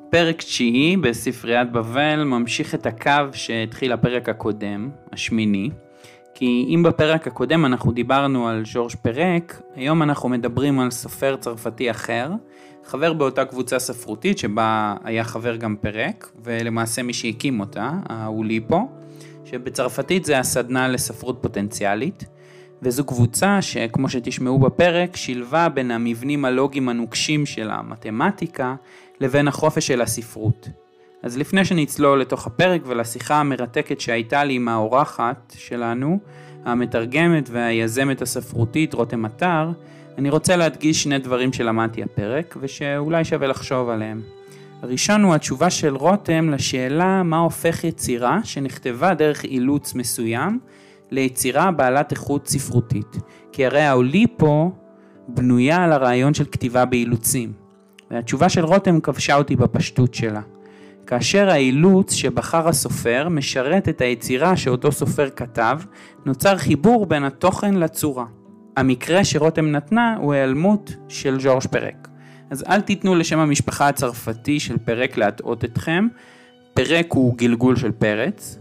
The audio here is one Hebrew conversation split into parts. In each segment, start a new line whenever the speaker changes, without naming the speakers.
פרק 9 בספריית בבל ממשיך את הקו שהתחיל הפרק הקודם, השמיני, כי אם בפרק הקודם אנחנו דיברנו על ז'ורז' פרק, היום אנחנו מדברים על סופר צרפתי אחר, חבר באותה קבוצה ספרותית שבה היה חבר גם פרק, ולמעשה מי שהקים אותה, האוליפו, שבצרפתית זה הסדנה לספרות פוטנציאלית, וזו קבוצה שכמו שתשמעו בפרק, שילבה בין המבנים הלוגיים הנוקשים של המתמטיקה, לבין החופש של הספרות. אז לפני שנצלול לתוך הפרק ולשיחה המרתקת שהייתה לי עם האורחת שלנו, המתרגמת והיזמת הספרותית רותם אתר, אני רוצה להדגיש שני דברים שלמדתי הפרק ושאולי שווה לחשוב עליהם. הראשון הוא התשובה של רותם לשאלה מה הופך יצירה שנכתבה דרך אילוץ מסוים ליצירה בעלת איכות ספרותית. כי הרי האוליפו בנויה על הרעיון של כתיבה באילוצים. והתשובה של רותם כבשה אותי בפשטות שלה. כאשר האילוץ שבחר הסופר משרת את היצירה שאותו סופר כתב, נוצר חיבור בין התוכן לצורה. המקרה שרותם נתנה הוא היעלמות של ז'ורז' פרק. אז אל תיתנו לשם המשפחה הצרפתי של פרק להטעות אתכם. פרק הוא גלגול של פרץ,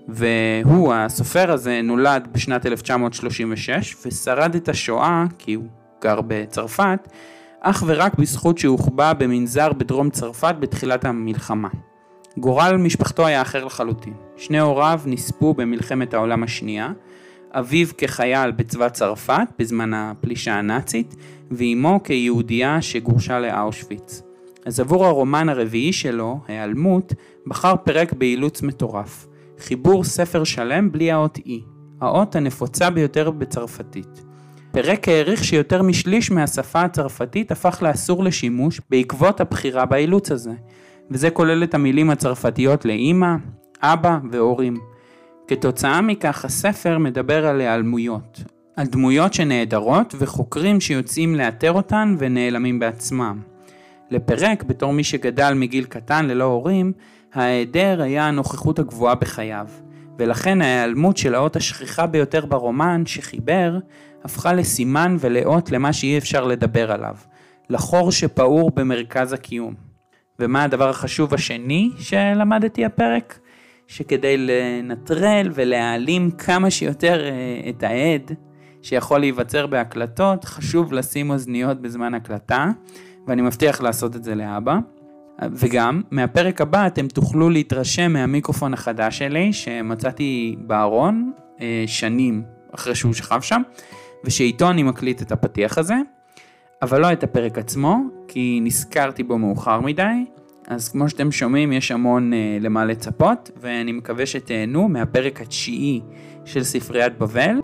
והוא, הסופר הזה, נולד בשנת 1936 ושרד את השואה, כי הוא גר בצרפת, אך ורק בזכות שהוחבא במנזר בדרום צרפת בתחילת המלחמה. גורל משפחתו היה אחר לחלוטין. שני הוריו נספו במלחמת העולם השנייה, אביו כחייל בצבא צרפת בזמן הפלישה הנאצית, ואימו כיהודייה שגורשה לאושוויץ. אז עבור הרומן הרביעי שלו, היעלמות, בחר פרק באילוץ מטורף. חיבור ספר שלם בלי האות E, האות הנפוצה ביותר בצרפתית. פרק העריך שיותר משליש מהשפה הצרפתית הפך לאסור לשימוש בעקבות הבחירה באילוץ הזה, וזה כולל את המילים הצרפתיות לאמא, אבא והורים. כתוצאה מכך הספר מדבר על היעלמויות, על דמויות שנעדרות וחוקרים שיוצאים לאתר אותן ונעלמים בעצמם. לפרק, בתור מי שגדל מגיל קטן ללא הורים, ההיעדר היה הנוכחות הגבוהה בחייו, ולכן ההיעלמות של האות השכיחה ביותר ברומן שחיבר, הפכה לסימן ולאות למה שאי אפשר לדבר עליו, לחור שפעור במרכז הקיום. ומה הדבר החשוב השני שלמדתי הפרק? שכדי לנטרל ולהעלים כמה שיותר את העד שיכול להיווצר בהקלטות, חשוב לשים אוזניות בזמן הקלטה, ואני מבטיח לעשות את זה לאבא. וגם מהפרק הבא אתם תוכלו להתרשם מהמיקרופון החדש שלי שמצאתי בארון שנים אחרי שהוא שכב שם, ושאיתו אני מקליט את הפתיח הזה, אבל לא את הפרק עצמו, כי נזכרתי בו מאוחר מדי, אז כמו שאתם שומעים יש המון למה לצפות, ואני מקווה שתהנו מהפרק התשיעי של ספריית בבל.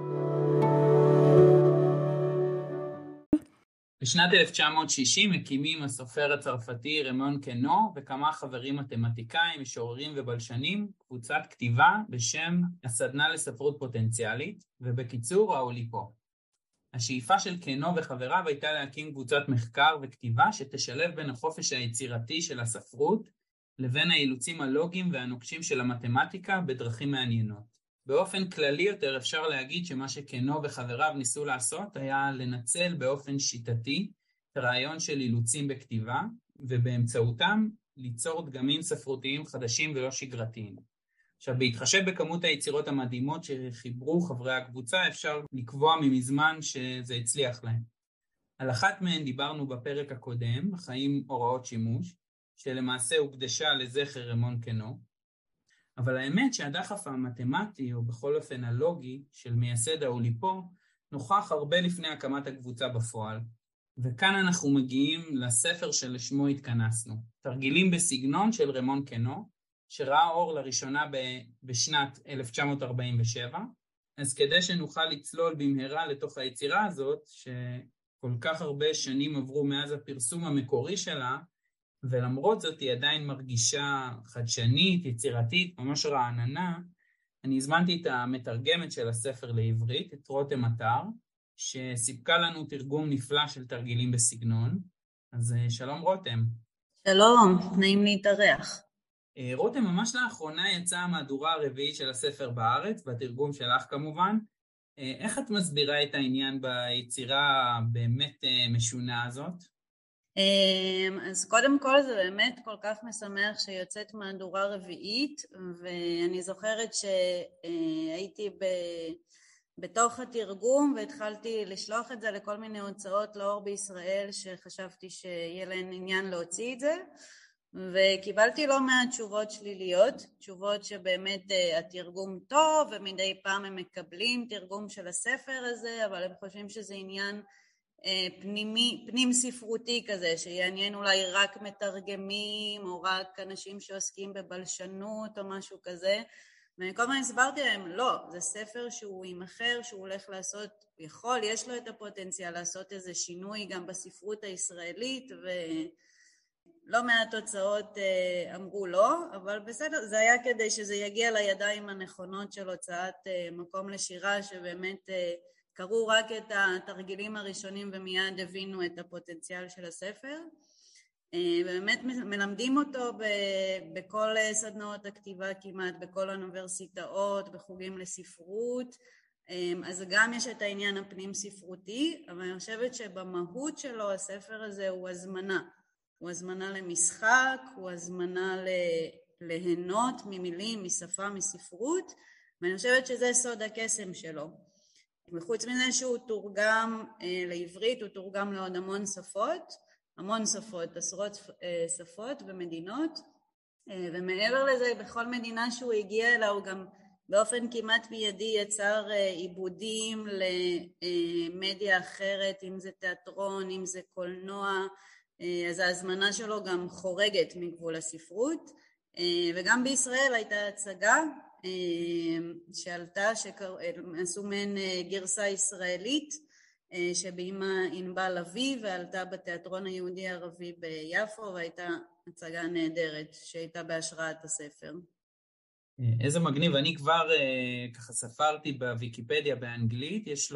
בשנת 1960 מקימים הסופר הצרפתי רמון קנו וכמה חברים מתמטיקאים, משוררים ובלשנים קבוצת כתיבה בשם הסדנה לספרות פוטנציאלית, ובקיצור האוליפו. השאיפה של קנו וחבריו הייתה להקים קבוצת מחקר וכתיבה שתשלב בין החופש היצירתי של הספרות לבין האילוצים הלוגיים והנוקשים של המתמטיקה בדרכים מעניינות. באופן כללי יותר אפשר להגיד שמה שקנו וחבריו ניסו לעשות היה לנצל באופן שיטתי את הרעיון של אילוצים בכתיבה, ובאמצעותם ליצור דגמים ספרותיים חדשים ולא שגרתיים. עכשיו, בהתחשב בכמות היצירות המדהימות שחיברו חברי הקבוצה, אפשר לקבוע ממזמן שזה הצליח להם. על אחת מהן דיברנו בפרק הקודם, החיים הוראות שימוש, שלמעשה הוקדשה לזכר רמון קנו, אבל האמת שהדחף המתמטי, או בכל אופן הלוגי, של מייסד האוליפו, נוכח הרבה לפני הקמת הקבוצה בפועל. וכאן אנחנו מגיעים לספר שלשמו התכנסנו. תרגילים בסגנון של רמון קנו, שראה אור לראשונה בשנת 1947. אז כדי שנוכל לצלול במהרה לתוך היצירה הזאת, שכל כך הרבה שנים עברו מאז הפרסום המקורי שלה, ולמרות זאת היא עדיין מרגישה חדשנית, יצירתית, ממש רעננה, אני הזמנתי את המתרגמת של הספר לעברית, את רותם אתר, שסיפקה לנו תרגום נפלא של תרגילים בסגנון. אז שלום רותם.
שלום, נעים להתארח.
רותם, ממש לאחרונה יצאה המהדורה הרביעית של הספר בארץ, בתרגום שלך כמובן. איך את מסבירה את העניין ביצירה באמת משונה הזאת?
אז קודם כל זה באמת כל כך משמח שיוצאת מהדורה רביעית, ואני זוכרת שהייתי בתוך התרגום והתחלתי לשלוח את זה לכל מיני הוצאות לאור בישראל שחשבתי שיהיה להן עניין להוציא את זה, וקיבלתי לא מעט תשובות שליליות, תשובות שבאמת התרגום טוב ומדי פעם הם מקבלים תרגום של הספר הזה, אבל הם חושבים שזה עניין פנים ספרותי כזה, שיעניין אולי רק מתרגמים או רק אנשים שעוסקים בבלשנות או משהו כזה, ואני כל הזמן הסברתי להם, לא, זה ספר שהוא יימכר, שהוא הולך לעשות, יש לו את הפוטנציאל לעשות איזה שינוי גם בספרות הישראלית, ולא מעט תוצאות אמרו לא, אבל בסדר, זה היה כדי שזה יגיע לידיים הנכונות של הוצאת מקום לשירה, שבאמת קראו רק את התרגילים הראשונים ומיד הבינו את הפוטנציאל של הספר, ובאמת מלמדים אותו בכל סדנאות הכתיבה כמעט, בכל האוניברסיטאות, בחוגים לספרות, אז גם יש את העניין הפנים ספרותי, אבל אני חושבת שבמהות שלו הספר הזה הוא הזמנה, הוא הזמנה למשחק, הוא הזמנה ליהנות ממילים, משפה, מספרות, ואני חושבת שזה סוד הקסם שלו. וחוץ מזה שהוא תורגם לעברית, הוא תורגם לעוד המון שפות, עשרות שפות ומדינות, ומעבר לזה בכל מדינה שהוא הגיע אליה הוא גם באופן כמעט מיידי יצר עיבודים למדיה אחרת, אם זה תיאטרון, אם זה קולנוע, אז ההזמנה שלו גם חורגת מגבול הספרות, וגם בישראל הייתה הצגה שעלתה, שעשו מעין גרסה ישראלית שבאימה ענבל לביא, ועלתה בתיאטרון היהודי ערבי ביפו, והייתה הצגה נהדרת שהייתה בהשראת הספר.
איזה מגניב, אני כבר ככה ספרתי בוויקיפדיה באנגלית, יש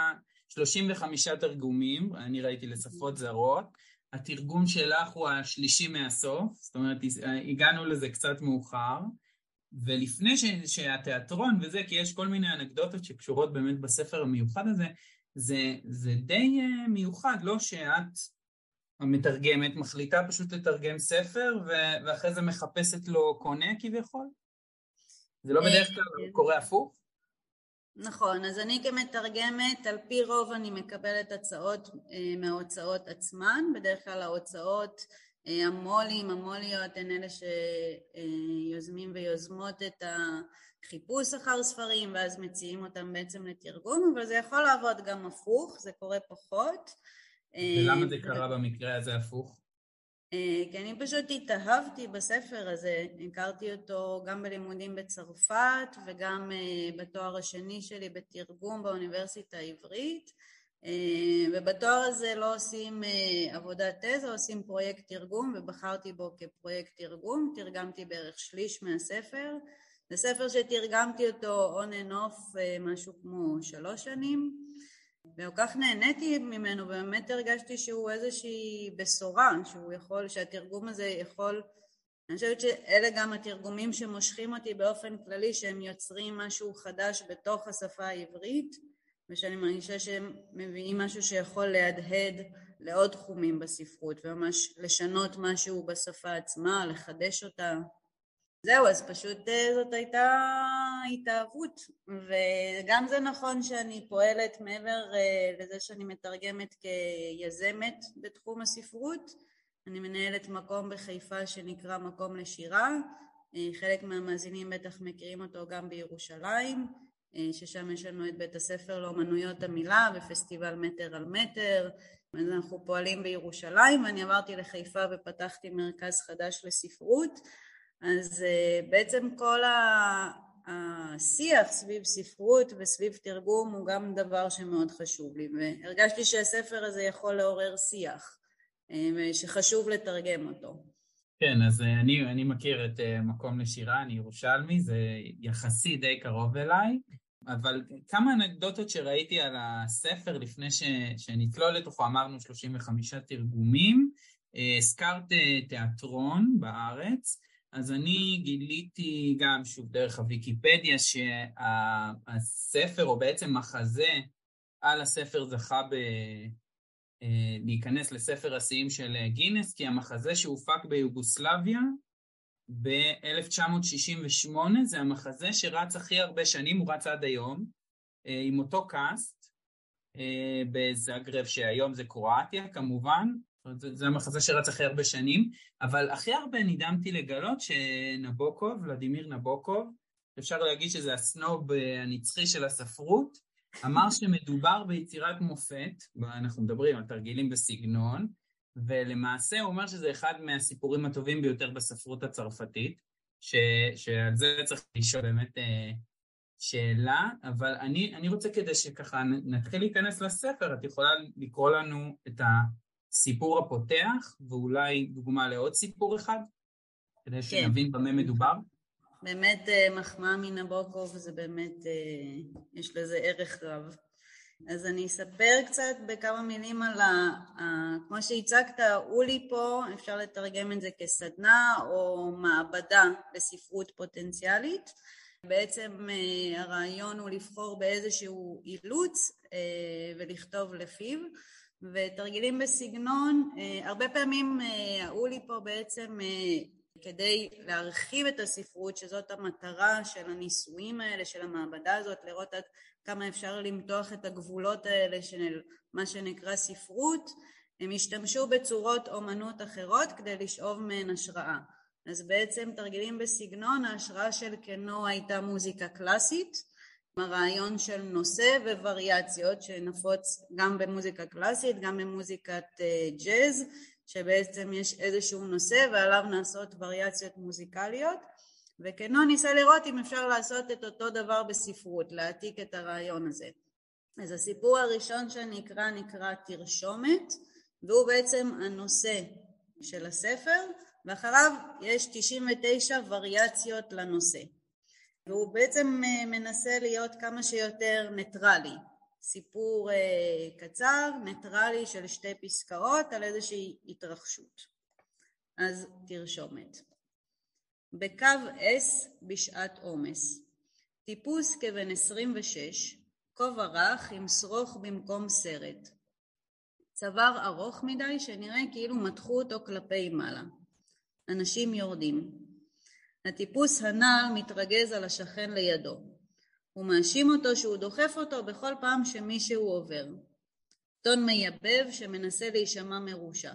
35 תרגומים, אני ראיתי לשפות זרות, התרגום שלך הוא השלישי מהסוף, זאת אומרת הגענו לזה קצת מאוחר, ולפני שהתיאטרון וזה, כי יש כל מיני אנקדוטות שקשורות באמת בספר המיוחד הזה, זה די מיוחד, לא שאת המתרגמת מחליטה פשוט לתרגם ספר, ואחרי זה מחפשת לו קונה כביכול? זה לא בדרך כלל קורה הפוך?
נכון, אז אני כמתרגמת, על פי רוב אני מקבלת הצעות מההוצאות עצמן, בדרך כלל ההוצאות, המוליות הן אלה שיוזמים ויוזמות את החיפוש אחר ספרים, ואז מציעים אותם בעצם לתרגום, אבל זה יכול לעבוד גם הפוך, זה קורה פחות.
ולמה זה קרה במקרה הזה הפוך?
כי אני פשוט התאהבתי בספר הזה, הכרתי אותו גם בלימודים בצרפת וגם בתואר השני שלי בתרגום באוניברסיטה העברית, ובתואר הזה לא עושים עבודת תזה, עושים פרויקט תרגום, ובחרתי בו כפרויקט תרגום, תרגמתי בערך שליש מהספר, זה ספר שתרגמתי אותו on and off משהו כמו 3 שנים, וכל כך נהניתי ממנו, ובאמת הרגשתי שהוא איזושהי בשורה, שהתרגום הזה יכול, אני חושבת שאלה גם התרגומים שמושכים אותי באופן כללי, שהם יוצרים משהו חדש בתוך השפה העברית, ושאני מרגישה שהם מביאים משהו שיכול להדהד לעוד תחומים בספרות, וממש לשנות משהו בשפה עצמה, לחדש אותה. זהו, אז פשוט זאת הייתה התאהבות, וגם זה נכון שאני פועלת מעבר לזה שאני מתרגמת כיזמת בתחום הספרות, אני מנהלת מקום בחיפה שנקרא מקום לשירה, חלק מהמאזינים בטח מכירים אותו גם בירושלים, ששם יש לנו את בית הספר לאומנויות המילה ופסטיבל מטר על מטר, אז אנחנו פועלים בירושלים, ואני עברתי לחיפה ופתחתי מרכז חדש לספרות, אז בעצם כל השיח סביב ספרות וסביב תרגום הוא גם דבר שמאוד חשוב לי, והרגשתי שהספר הזה יכול לעורר שיח, שחשוב לתרגם אותו.
כן, אז אני מכיר את מקום לשירה, אני ירושלמי, זה יחסי די קרוב אליי, אבל כמה אנקדוטות שראיתי על הספר לפני שנצלול לתוכו, אמרנו 35 תרגומים, הזכרת תיאטרון בארץ, אז אני גיליתי גם שוב דרך הוויקיפדיה שהספר או בעצם מחזה על הספר זכה להיכנס לספר השיאים של גינס, כי המחזה שהופק ביוגוסלביה ב-1968, זה המחזה שרץ הכי הרבה שנים, הוא רץ עד היום, עם אותו קאסט, בזאגרב שהיום זה קרואטיה כמובן, זה המחזה שרץ הכי הרבה שנים, אבל הכי הרבה נדהמתי לגלות שנבוקוב, ולדימיר נבוקוב, אפשר להגיד שזה הסנוב הנצחי של הספרות, אמר שמדובר ביצירת מופת, אנחנו מדברים על תרגילים בסגנון, ולמעשה הוא אומר שזה אחד מהסיפורים הטובים ביותר בספרות הצרפתית, שעל זה צריך לשאול באמת שאלה, אבל אני רוצה כדי שככה נתחיל להיכנס לספר, את יכולה לקרוא לנו את הסיפור הפותח, ואולי דוגמה לעוד סיפור אחד, כדי שנבין במה מדובר?
באמת מחמאה מנבוקוב, זה באמת, יש לזה ערך רב. אז אני אספר קצת בכמה מילים על כמו שהצגת, אולי פה, אפשר לתרגם את זה כסדנה או מעבדה לספרות פוטנציאלית. בעצם הרעיון הוא לבחור באיזשהו אילוץ ולכתוב לפיו, ותרגילים בסגנון, הרבה פעמים אולי פה בעצם כדי להרחיב את הספרות, שזאת המטרה של הניסויים האלה, של המעבדה הזאת, לראות עד כמה אפשר למתוח את הגבולות האלה של מה שנקרא ספרות, הם השתמשו בצורות אומנות אחרות כדי לשאוב מהן השראה. אז בעצם תרגילים בסגנון, ההשראה של קנו הייתה מוזיקה קלאסית, הרעיון של נושא ווריאציות שנפוץ גם במוזיקה קלאסית, גם במוזיקת ג'אז, שבעצם יש איזשהו נושא ועליו נעשות וריאציות מוזיקליות, וקנו ניסה לראות אם אפשר לעשות את אותו דבר בספרות, להעתיק את הרעיון הזה. אז הסיפור הראשון שנקרא תרשומת, והוא בעצם הנושא של הספר, ואחריו יש 99 וריאציות לנושא. והוא בעצם מנסה להיות כמה שיותר ניטרלי. סיפור קצר, ניטרלי של שתי פסקאות על איזושהי התרחשות. אז תרשומת. בקו S בשעת עומס. טיפוס כבן 26, כובע רך עם שרוך במקום סרט. צוואר ארוך מדי שנראה כאילו מתחו אותו כלפי מעלה. אנשים יורדים. הטיפוס הנעל מתרגז על השכן לידו. הוא מאשים אותו שהוא דוחף אותו בכל פעם שמישהו עובר. טון מייבב שמנסה להישמע מרושע.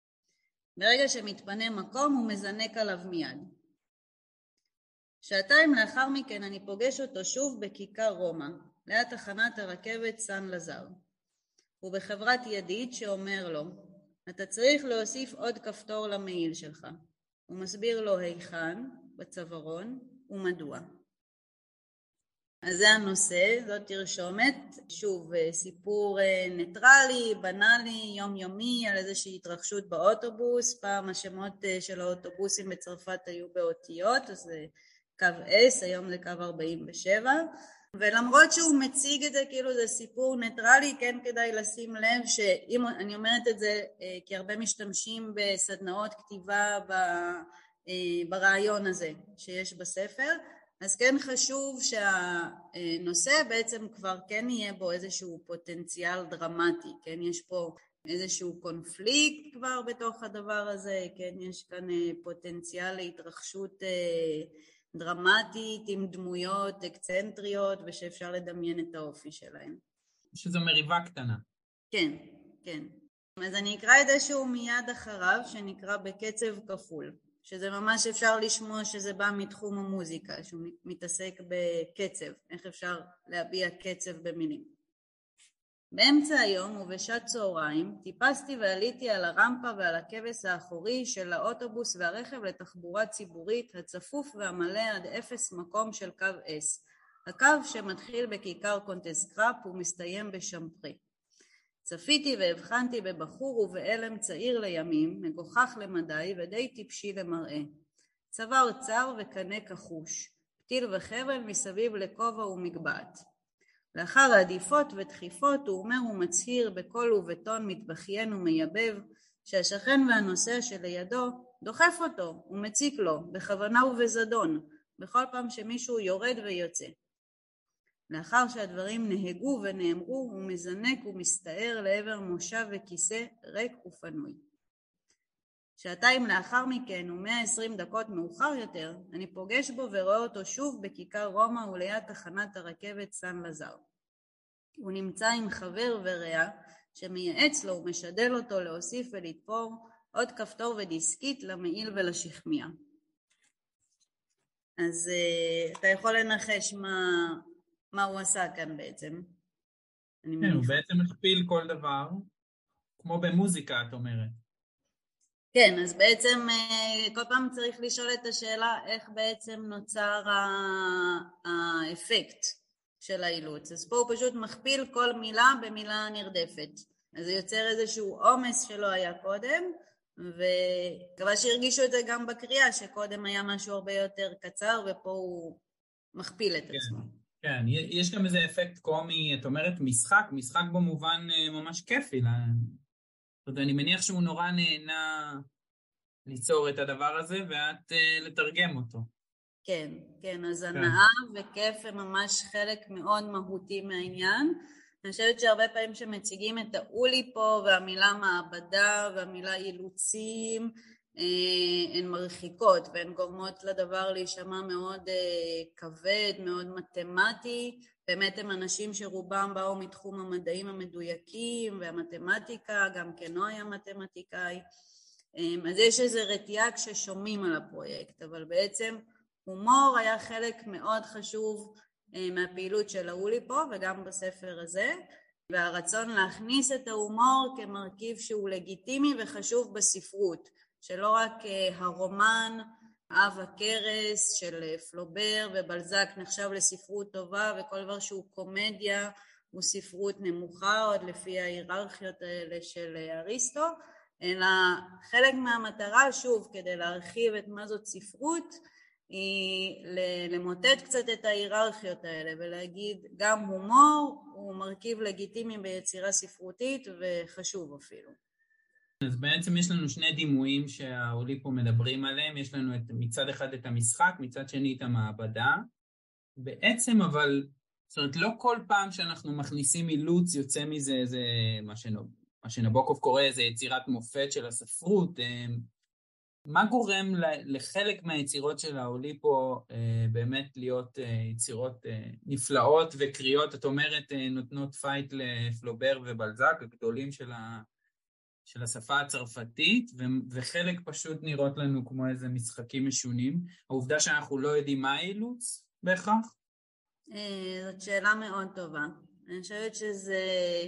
ברגע שמתפנה מקום הוא מזנק עליו מיד. שעתיים לאחר מכן אני פוגש אותו שוב בכיכר רומא, ליד תחנת הרכבת סן לזר. הוא בחברת ידיד שאומר לו, אתה צריך להוסיף עוד כפתור למעיל שלך. הוא מסביר לו היכן, בצווארון, ומדוע. אז זה הנושא, זאת תרשומת, שוב סיפור ניטרלי, בנאלי, יומיומי, על איזושהי התרחשות באוטובוס, פעם השמות של האוטובוסים בצרפת היו באותיות, אז זה קו S, היום זה קו 47, ולמרות שהוא מציג את זה כאילו זה סיפור ניטרלי, כן כדאי לשים לב שאם אני אומרת את זה כי הרבה משתמשים בסדנאות כתיבה ברעיון הזה שיש בספר, אז כן חשוב שהנושא בעצם כבר כן יהיה בו איזשהו פוטנציאל דרמטי, כן יש פה איזשהו קונפליקט כבר בתוך הדבר הזה, כן יש כאן פוטנציאל להתרחשות דרמטית עם דמויות אקצנטריות ושאפשר לדמיין את האופי שלהן.
שזו מריבה קטנה.
כן, כן. אז אני אקרא את זה שהוא מיד אחריו שנקרא בקצב כפול. שזה ממש אפשר לשמוע שזה בא מתחום המוזיקה, שהוא מתעסק בקצב, איך אפשר להביע קצב במילים. באמצע היום ובשעת צהריים טיפסתי ועליתי על הרמפה ועל הכבש האחורי של האוטובוס והרכב לתחבורה ציבורית הצפוף והמלא עד אפס מקום של קו S, הקו שמתחיל בכיכר קונטסקראפ ומסתיים בשמפרי. צפיתי והבחנתי בבחור ובאלם צעיר לימים, מגוחך למדי ודי טיפשי למראה. צוואר צר וקנה כחוש, פתיל וחבל מסביב לכובע ומגבעת. לאחר העדיפות ודחיפות הוא אומר ומצהיר בקול ובטון מתבכיין ומייבב, שהשכן והנוסע שלידו דוחף אותו ומציק לו בכוונה ובזדון, בכל פעם שמישהו יורד ויוצא. לאחר שהדברים נהגו ונאמרו, הוא מזנק ומסתער לעבר מושב וכיסא ריק ופנוי. שעתיים לאחר מכן ו120 דקות מאוחר יותר, אני פוגש בו ורואה אותו שוב בכיכר רומא וליד תחנת הרכבת סן לזר. הוא נמצא עם חבר ורע שמייעץ לו ומשדל אותו להוסיף ולתפור עוד כפתור ודיסקית למעיל ולשכמיה. אז אתה יכול לנחש מה הוא עשה כאן בעצם.
כן, הוא בעצם מכפיל כל דבר, כמו במוזיקה את אומרת.
כן, אז בעצם כל פעם צריך לשאול את השאלה איך בעצם נוצר האפקט של האילוץ. אז פה הוא פשוט מכפיל כל מילה במילה נרדפת. אז זה יוצר איזשהו עומס שלא היה קודם, וכבר שהרגישו את זה גם בקריאה, שקודם היה משהו הרבה יותר קצר, ופה הוא מכפיל את עצמו.
כן, יש גם איזה אפקט קומי, את אומרת משחק במובן ממש כיפי. אני מניח שהוא נורא נהנה ליצור את הדבר הזה, ואת לתרגם אותו.
כן, כן, אז הנאה וכיף הם ממש חלק מאוד מהותי מהעניין. אני חושבת שהרבה פעמים שמציגים את האולי פה, והמילה מעבדה והמילה אילוצים, הן מרחיקות והן גורמות לדבר להישמע מאוד כבד, מאוד מתמטי. באמת הם אנשים שרובם באו מתחום המדעים המדויקים והמתמטיקה, גם כנו היה מתמטיקאי. אז יש איזו רתיעה כששומעים על הפרויקט, אבל בעצם הומור היה חלק מאוד חשוב מהפעילות של האולי פה וגם בספר הזה, והרצון להכניס את ההומור כמרכיב שהוא לגיטימי וחשוב בספרות, שלא רק הרומן אב הכרס של פלובר ובלזק נחשב לספרות טובה, וכל דבר שהוא קומדיה הוא ספרות נמוכה עוד לפי ההיררכיות האלה של אריסטו, אלא חלק מהמטרה, שוב, כדי להרחיב את מה זאת ספרות, היא למוטט קצת את ההיררכיות האלה ולהגיד גם הומור הוא מרכיב לגיטימי ביצירה ספרותית וחשוב אפילו.
אז בעצם יש לנו שני דימויים שהאולי פה מדברים עליהם, יש לנו מצד אחד את המשחק, מצד שני את המעבדה, בעצם אבל, זאת אומרת לא כל פעם שאנחנו מכניסים אילוץ יוצא מזה זה מה שנבוקוב קורא איזה יצירת מופת של הספרות. מה גורם לחלק מהיצירות של האולי פה באמת להיות יצירות נפלאות וקריאות, את אומרת נותנות פייט לפלובר ובלזק, הגדולים של השפה הצרפתית, וחלק פשוט נראות לנו כמו איזה משחקים משונים. העובדה שאנחנו לא יודעים מה האילוץ בהכרח?
זאת שאלה מאוד טובה. אני חושבת שזה,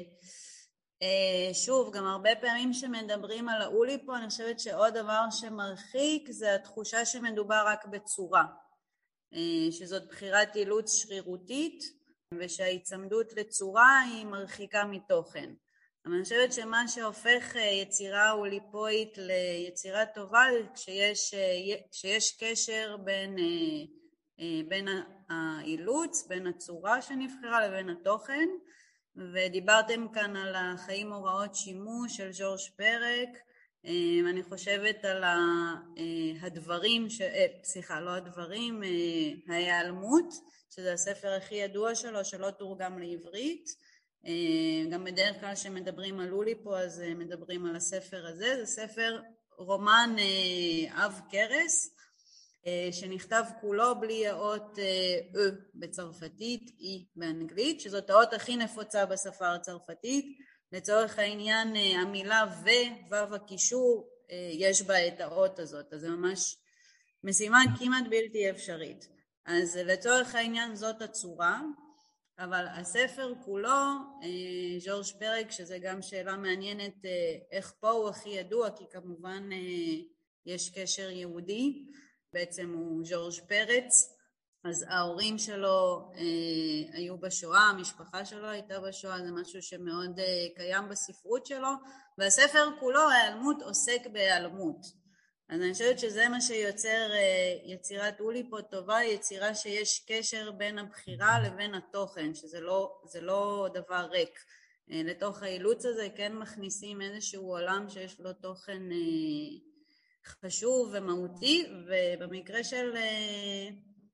שוב, גם הרבה פעמים שמדברים על האולי פה, אני חושבת שעוד דבר שמרחיק זה התחושה שמדובר רק בצורה, שזאת בחירת אילוץ שרירותית, ושההצמדות לצורה היא מרחיקה מתוכן. אבל אני חושבת שמה שהופך יצירה אוליפואית ליצירה טובה, כשיש קשר בין האילוץ, בין הצורה שנבחרה לבין התוכן, ודיברתם כאן על החיים הוראות שימוש של ז'ורז' פרק, אני חושבת על הדברים, לא הדברים, ההיעלמות, שזה הספר הכי ידוע שלו, שלא תורגם לעברית, גם בדרך כלל שמדברים על אולי פה אז מדברים על הספר הזה, זה ספר רומן אב קרס שנכתב כולו בלי האות בצרפתית, אי באנגלית, שזאת האות הכי נפוצה בשפה הצרפתית. לצורך העניין המילה ו הקישור יש בה את האות הזאת, אז זה ממש משימה כמעט בלתי אפשרית. אז לצורך העניין זאת הצורה, אבל הספר כולו, ז'ורז' פרק, שזה גם שאלה מעניינת איך פה הוא הכי ידוע, כי כמובן יש קשר יהודי, בעצם הוא ז'ורז' פרץ, אז ההורים שלו היו בשואה, המשפחה שלו הייתה בשואה, זה משהו שמאוד קיים בספרות שלו, והספר כולו, ההיעלמות, עוסק בהיעלמות. אז אני חושבת שזה מה שיוצר יצירת אולי פה טובה, יצירה שיש קשר בין הבחירה לבין התוכן, שזה לא דבר ריק. לתוך האילוץ הזה כן מכניסים איזשהו עולם שיש לו תוכן חשוב ומהותי, ובמקרה של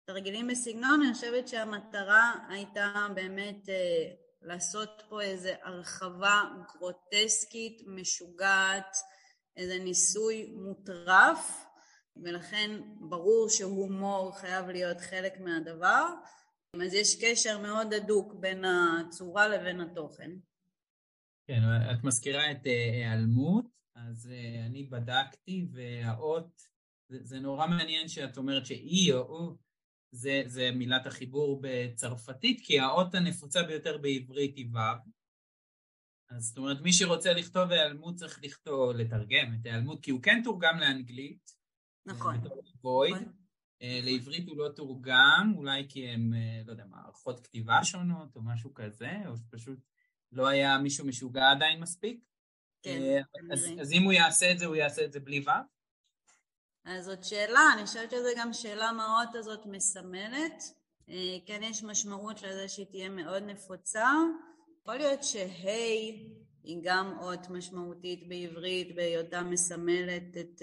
תרגילים בסגנון, אני חושבת שהמטרה הייתה באמת לעשות פה איזה הרחבה גרוטסקית, משוגעת, איזה ניסוי מוטרף, ולכן ברור שהומור חייב להיות חלק מהדבר, אז יש קשר מאוד הדוק בין הצורה לבין התוכן.
כן, את מזכירה את היעלמות, אז אני בדקתי, והאות, זה נורא מעניין שאת אומרת שאי או או, זה מילת החיבור בצרפתית, כי האות הנפוצה ביותר בעברית היא ו'. אז זאת אומרת, מי שרוצה לכתוב היעלמות צריך לתרגם את היעלמות, כי הוא כן תורגם לאנגלית.
נכון.
וויד. לעברית הוא לא תורגם, אולי כי הם, לא יודע, מערכות כתיבה שונות או משהו כזה, או שפשוט לא היה מישהו משוגע עדיין מספיק.
כן.
אז אם הוא יעשה את זה, הוא יעשה את זה בלי ו'?
אז זאת שאלה, אני חושבת שזו גם שאלה מהאות הזאת מסמלת. כן יש משמעות לזה שהיא תהיה מאוד נפוצה. יכול להיות שהי היא גם אות משמעותית בעברית, בהיותה מסמלת את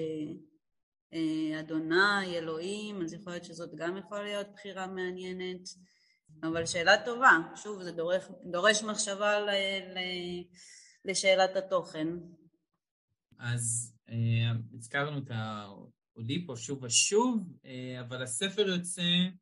אדוני, אלוהים, אז יכול להיות שזאת גם יכולה להיות בחירה מעניינת. אבל שאלה טובה, שוב זה דורש מחשבה לשאלת התוכן.
אז הזכרנו את האוליפו שוב ושוב, אבל הספר יוצא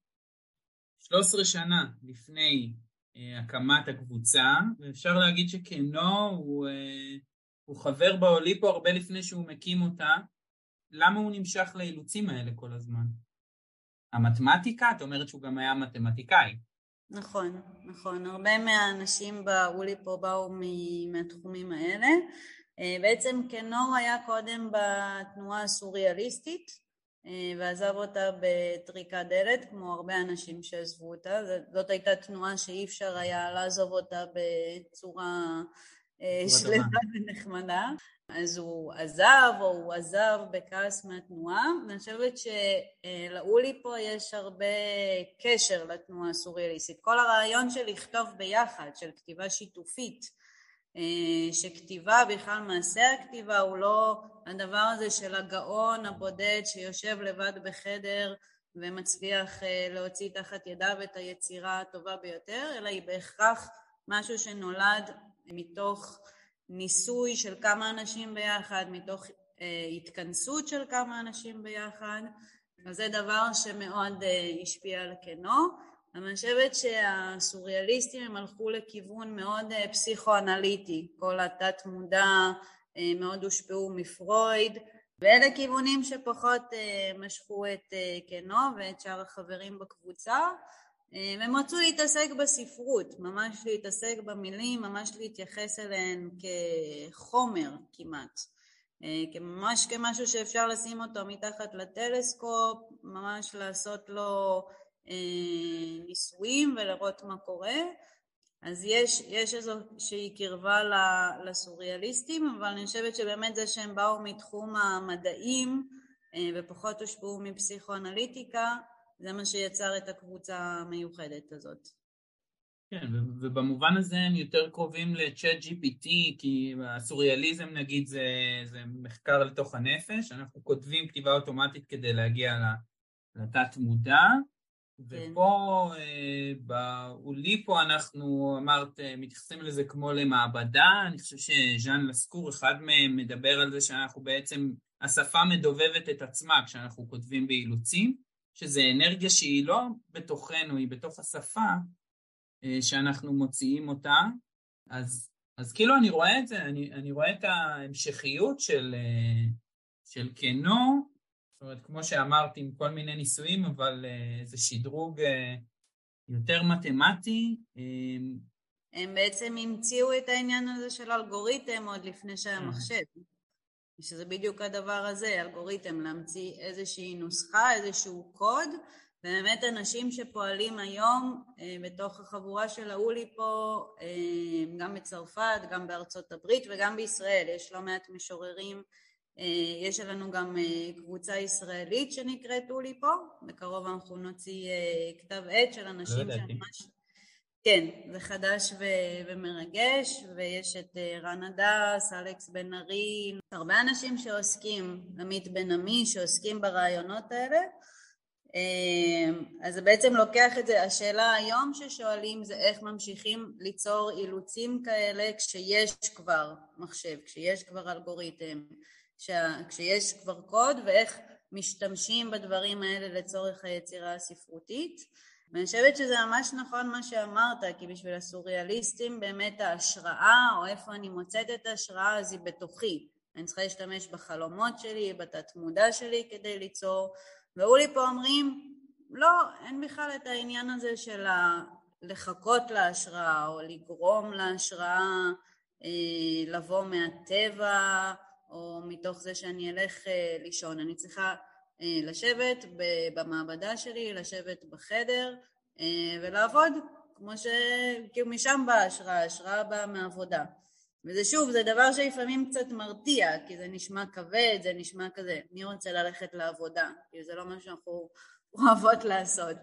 13 שנה לפני הקמת הקבוצה, ואפשר להגיד שקנו הוא חבר באוליפו הרבה לפני שהוא מקים אותה. למה הוא נמשך לאילוצים האלה כל הזמן? המתמטיקה? את אומרת שהוא גם היה מתמטיקאי.
נכון, נכון. הרבה מהאנשים באוליפו באו מהתחומים האלה. בעצם קנו היה קודם בתנועה הסוריאליסטית, ועזב אותה בטריקת דלת, כמו הרבה אנשים שעזבו אותה. זאת הייתה תנועה שאי אפשר היה לעזוב אותה בצורה שלמה ונחמדה. אז הוא עזב, או הוא עזב בכעס מהתנועה, ואני חושבת שלאוליפו יש הרבה קשר לתנועה הסוריאליסטית. כל הרעיון של לכתוב ביחד, של כתיבה שיתופית, שכתיבה בכלל מעשה הכתיבה הוא לא הדבר הזה של הגאון הבודד שיושב לבד בחדר ומצליח להוציא תחת ידיו את היצירה הטובה ביותר, אלא היא בהכרח משהו שנולד מתוך ניסוי של כמה אנשים ביחד, מתוך התכנסות של כמה אנשים ביחד, אז זה דבר שמאוד השפיע על קנו. אני חושבת שהסוריאליסטים הם הלכו לכיוון מאוד פסיכואנליטי, כל התת מודע מאוד הושפעו מפרויד, ואלה כיוונים שפחות משכו את קנו ואת שאר החברים בקבוצה, והם רצו להתעסק בספרות, ממש להתעסק במילים, ממש להתייחס אליהן כחומר כמעט, ממש כמשהו שאפשר לשים אותו מתחת לטלסקופ, ממש לעשות לו ניסויים ולראות מה קורה. אז יש איזושהי קרבה לסוריאליסטים, אבל אני חושבת שבאמת זה שהם באו מתחום המדעים ופחות הושפעו מפסיכואנליטיקה, זה מה שיצר את הקבוצה המיוחדת הזאת.
כן, ובמובן הזה הם יותר קרובים לצ'אט GPT, כי הסוריאליזם נגיד זה מחקר לתוך הנפש, אנחנו כותבים כתיבה אוטומטית כדי להגיע לתת מודע, ופה באוליפו אנחנו אמרת מתייחסים לזה כמו למעבדה. אני חושב שז'אן לסקור אחד מהם מדבר על זה שאנחנו בעצם, השפה מדובבת את עצמה כשאנחנו כותבים באילוצים, שזה אנרגיה שהיא לא בתוכנו, היא בתוך השפה שאנחנו מוציאים אותה. אז כאילו אני רואה את זה, אני רואה את ההמשכיות של קנו, זאת אומרת, כמו שאמרתי, עם כל מיני ניסויים, אבל זה שדרוג יותר מתמטי.
הם בעצם המציאו את העניין הזה של אלגוריתם עוד לפני שהיה מחשב. שזה בדיוק הדבר הזה, אלגוריתם, להמציא איזושהי נוסחה, איזשהו קוד, ובאמת אנשים שפועלים היום בתוך החבורה של האוליפו, גם בצרפת, גם בארצות הברית וגם בישראל, יש לא מעט משוררים, יש לנו גם קבוצה ישראלית שנקראת אוליפו, בקרוב אנחנו נוציא כתב עת של אנשים שממש... כן, זה חדש ומרגש, ויש את רן הדס, אלכס בן ארי, הרבה אנשים שעוסקים, עמית בן עמי, שעוסקים ברעיונות האלה, אז זה בעצם לוקח את זה, השאלה היום ששואלים זה איך ממשיכים ליצור אילוצים כאלה כשיש כבר מחשב, כשיש כבר אלגוריתם, כשיש כבר קוד, ואיך משתמשים בדברים האלה לצורך היצירה הספרותית. ואני חושבת שזה ממש נכון מה שאמרת, כי בשביל הסוריאליסטים באמת ההשראה, או איפה אני מוצאת את ההשראה, אז היא בתוכי. אני צריכה להשתמש בחלומות שלי, בתת מודע שלי כדי ליצור, ואולי פה אומרים, לא, אין בכלל את העניין הזה של לחכות להשראה, או לגרום להשראה לבוא מהטבע, או מתוך זה שאני אלך לישון. אני צריכה לשבת במעבדה שלי, לשבת בחדר, ולעבוד, כאילו משם באה ההשראה באה מעבודה. וזה שוב, זה דבר שלפעמים קצת מרתיע, כי זה נשמע כבד, זה נשמע כזה, מי רוצה ללכת לעבודה? כי זה לא מה שאנחנו אוהבות לעשות.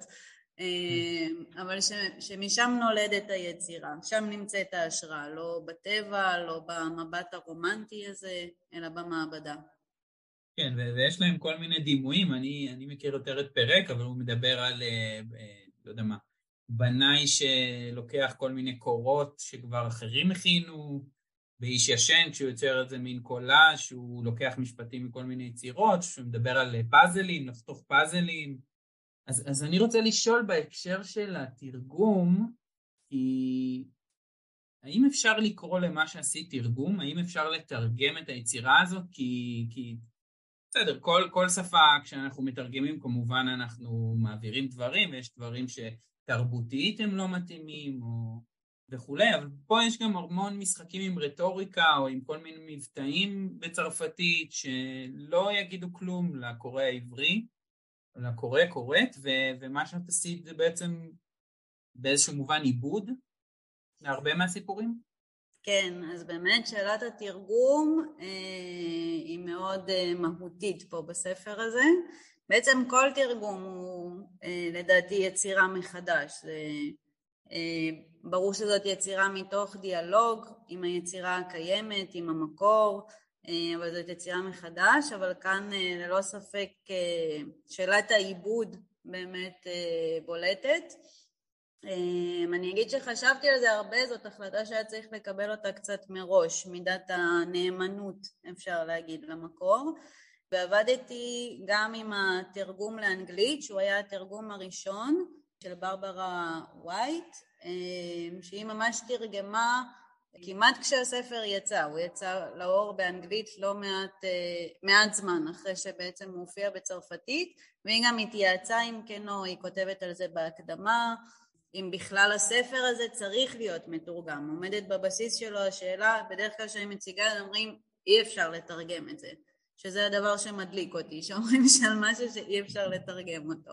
אבל שמשם נולדת היצירה, שם נמצאת ההשראה, לא בטבע, לא במבט הרומנטי הזה, אלא במעבדה.
כן, ויש להם כל מיני דימויים, אני מכיר יותר את פרק, אבל הוא מדבר על, לא יודע מה, בנאי שלוקח כל מיני קורות שכבר אחרים הכינו, באיש ישן, כשהוא יוצר את זה מין קולה, שהוא לוקח משפטים מכל מיני יצירות, שהוא מדבר על פאזלים, לחתוך פאזלים. אז אני רוצה לשאול בהקשר של התרגום, כי האם אפשר לקרוא למה שעשית תרגום? האם אפשר לתרגם את היצירה הזאת? כי בסדר, כל שפה כשאנחנו מתרגמים, כמובן אנחנו מעבירים דברים, ויש דברים שתרבותית הם לא מתאימים, וכולי, אבל פה יש גם המון משחקים עם רטוריקה, או עם כל מיני מבטאים בצרפתית, שלא יגידו כלום לקורא העברי, לקורא קוראת, ומה שאת עשית זה בעצם באיזשהו מובן עיבוד, להרבה מהסיפורים.
כן, אז באמת שאלת התרגום היא מאוד מהותית פה בספר הזה. בעצם כל תרגום הוא לדעתי יצירה מחדש. ברור שזאת יצירה מתוך דיאלוג עם היצירה הקיימת, עם המקור, אבל זאת יצירה מחדש, אבל כאן ללא ספק שאלת העיבוד באמת בולטת. אני אגיד שחשבתי על זה הרבה, זאת החלטה שהיה צריך לקבל אותה קצת מראש, מידת הנאמנות אפשר להגיד למקור, ועבדתי גם עם התרגום לאנגלית, שהוא היה התרגום הראשון של ברברה ווייט, שהיא ממש תרגמה כמעט כשהספר יצא, הוא יצא לאור באנגלית לא מעט זמן אחרי שבעצם הוא הופיע בצרפתית, והיא גם התייעצה עם קנו, היא כותבת על זה בהקדמה, אם בכלל הספר הזה צריך להיות מתורגם, עומדת בבסיס שלו השאלה, בדרך כלל שאני מציגה אומרים אי אפשר לתרגם את זה, שזה הדבר שמדליק אותי, שאומרים של משהו שאי אפשר לתרגם אותו.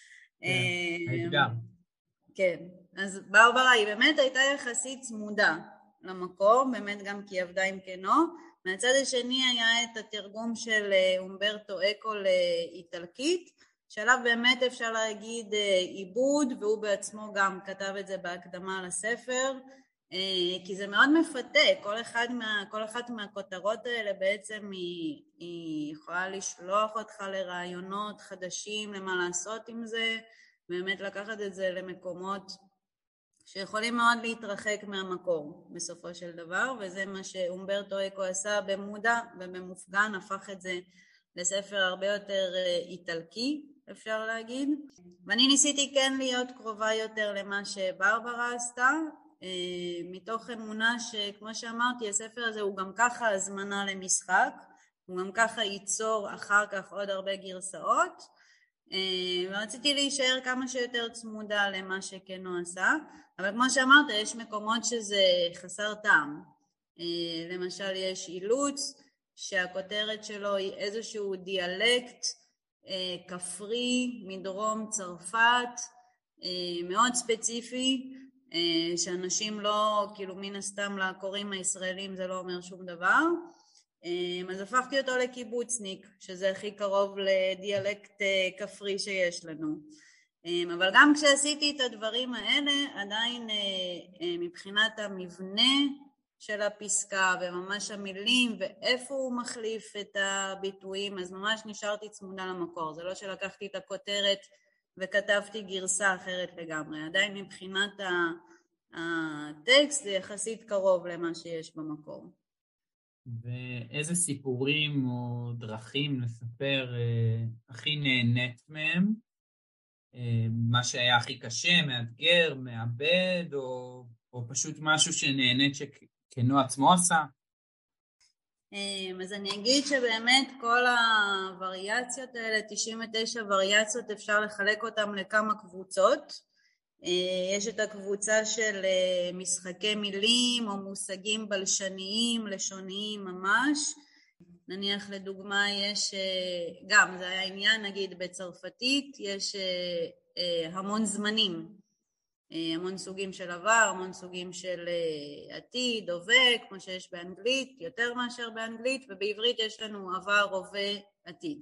האתגר.
כן, אז ברברה היא באמת הייתה יחסית צמודה למקור, באמת גם כי היא עבדה עם קנו, מהצד השני היה את התרגום של אומברטו אקו לאיטלקית, שעליו באמת אפשר להגיד עיבוד, והוא בעצמו גם כתב את זה בהקדמה לספר, כי זה מאוד מפתה, כל אחת מהכותרות האלה בעצם היא יכולה לשלוח אותך לרעיונות חדשים, למה לעשות עם זה, באמת לקחת את זה למקומות שיכולים מאוד להתרחק מהמקור בסופו של דבר, וזה מה שאומברטו אקו עשה במודע ובמופגן, הפך את זה לספר הרבה יותר איטלקי, אפשר להגיד. ואני ניסיתי כן להיות קרובה יותר למה שברברה עשתה, מתוך אמונה שכמו שאמרתי, הספר הזה הוא גם ככה הזמנה למשחק, הוא גם ככה ייצור אחר כך עוד הרבה גרסאות, ורציתי להישאר כמה שיותר צמודה למה שקנו עשה, אבל כמו שאמרת, יש מקומות שזה חסר טעם. למשל יש אילוץ, שהכותרת שלו היא איזשהו דיאלקט כפרי מדרום צרפת, מאוד ספציפי, שאנשים לא, כאילו מן הסתם לקוראים הישראלים זה לא אומר שום דבר, אז הפכתי אותו לקיבוצניק, שזה הכי קרוב לדיאלקט כפרי שיש לנו. אבל גם כשעשיתי את הדברים האלה, עדיין מבחינת המבנה של הפסקה וממש המילים ואיפה הוא מחליף את הביטויים, אז ממש נשארתי צמודה למקור. זה לא שלקחתי את הכותרת וכתבתי גרסה אחרת לגמרי. עדיין מבחינת הטקסט זה יחסית קרוב למה שיש במקור.
ואיזה סיפורים או דרכים לספר הכי נהנית מהם? מה שהיה הכי קשה, מאתגר, מאבד, או פשוט משהו שנהנית שכנו עצמו עשה?
אז אני אגיד שבאמת כל הווריאציות האלה, 99 וריאציות, אפשר לחלק אותם לכמה קבוצות. יש את הקבוצה של משחקי מילים או מושגים בלשניים, לשוניים ממש. נניח לדוגמה יש, גם זה היה עניין נגיד בצרפתית, יש המון זמנים, המון סוגים של עבר, המון סוגים של עתיד, הווה, כמו שיש באנגלית, יותר מאשר באנגלית, ובעברית יש לנו עבר, הווה, עתיד.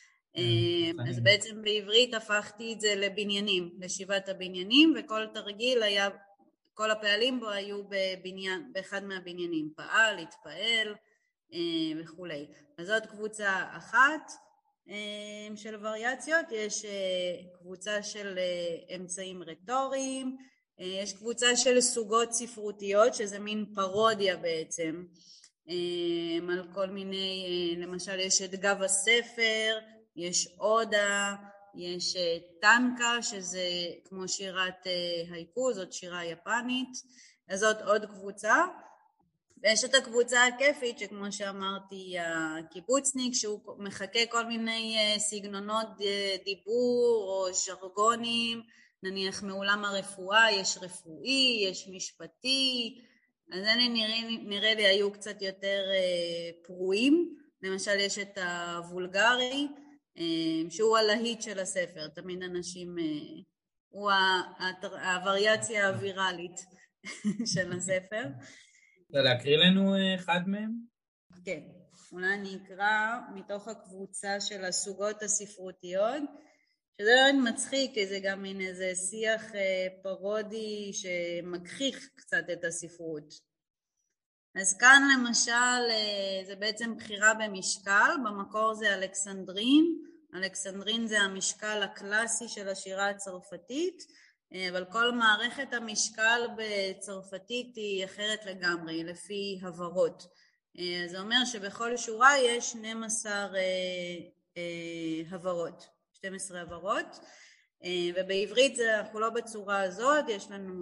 אז בעצם בעברית הפכתי את זה לבניינים, לשבעת הבניינים, וכל תרגיל היה, כל הפעלים בו היו בבניין, באחד מהבניינים, פעל, התפעל וכולי. אז זאת קבוצה אחת של וריאציות, יש קבוצה של אמצעים רטוריים, יש קבוצה של סוגות ספרותיות, שזה מין פרודיה בעצם, על כל מיני, למשל יש את גב הספר, יש אודה, יש טנקה, שזה כמו שירת הייקו, זאת שירה יפנית, אז זאת עוד קבוצה. ויש את הקבוצה הכיפית, שכמו שאמרתי, הקיבוצניק, שהוא מחכה כל מיני סגנונות דיבור או ז'רגונים, נניח מעולם הרפואה, יש רפואי, יש משפטי, אז אלה נראה לי היו קצת יותר פרועים. למשל יש את הוולגרי, שהוא הלהיט של הספר, תמיד אנשים, הוא הווריאציה הווירלית של הספר.
אתה להקריא לנו אחד מהם?
כן, אולי אני אקרא מתוך הקבוצה של הסוגות הספרותיות, שזה מאוד מצחיק, כי זה גם מין איזה שיח פרודי שמגחיך קצת את הספרות. אז כאן למשל זה בעצם בחירה במשקל, במקור זה אלכסנדרין, אלכסנדרין זה המשקל הקלאסי של השירה הצרפתית, אבל כל מערכת המשקל בצרפתית היא אחרת לגמרי, היא לפי הברות. זה אומר שבכל שורה יש 12 הברות, 12 הברות, ובעברית אנחנו לא בצורה הזאת, יש לנו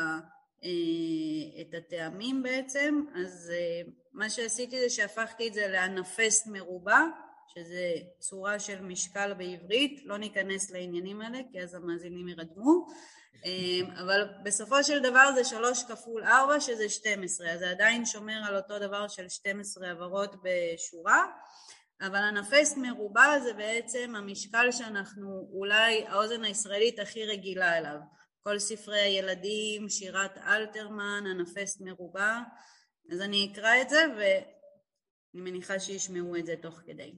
את הטעמים בעצם. אז מה שעשיתי זה שהפכתי את זה לאנפסט מרובע, שזה צורה של משקל בעברית, לא ניכנס לעניינים האלה כי אז המאזינים ירדמו, אבל בסופו של דבר זה 3 כפול 4 שזה 12, אז זה עדיין שומר על אותו דבר של 12 עברות בשורה, אבל הנפסט מרובע זה בעצם המשקל שאנחנו אולי האוזן הישראלית הכי רגילה אליו, כל ספרי הילדים, שירת אלתרמן, הנפסט מרובע, אז אני אקרא את זה ואני מניחה שישמעו את זה תוך כדי.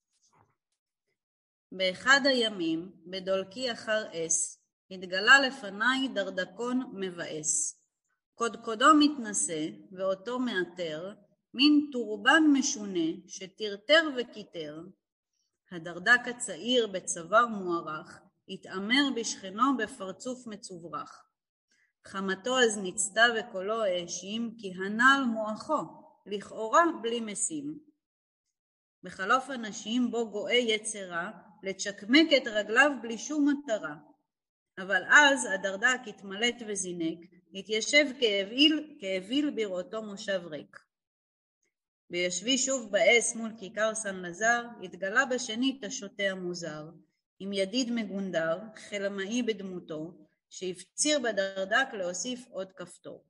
באחד הימים, בדולקי אחר אס, התגלה לפניי דרדקון מבאס. קודקודו מתנשא ואותו מאתר, מין טורבן משונה שטרטר וכיתר. הדרדק הצעיר בצוואר מוארך, התאמר בשכנו בפרצוף מצוברח. חמתו אז נצתה וקולו האשים, כי הנעל מואחו, לכאורה בלי משים. בחלוף אנשים בו גואה יצרה, לצ'קמק את רגליו בלי שום מטרה. אבל אז הדרדק התמלט וזינק, התיישב כאוויל בראותו מושב ריק. וישבי שוב באס מול כיכר סן לזר, התגלה בשנית השוטה המוזר, עם ידיד מגונדר, חלמאי בדמותו, שהפציר בדרדק להוסיף עוד כפתור.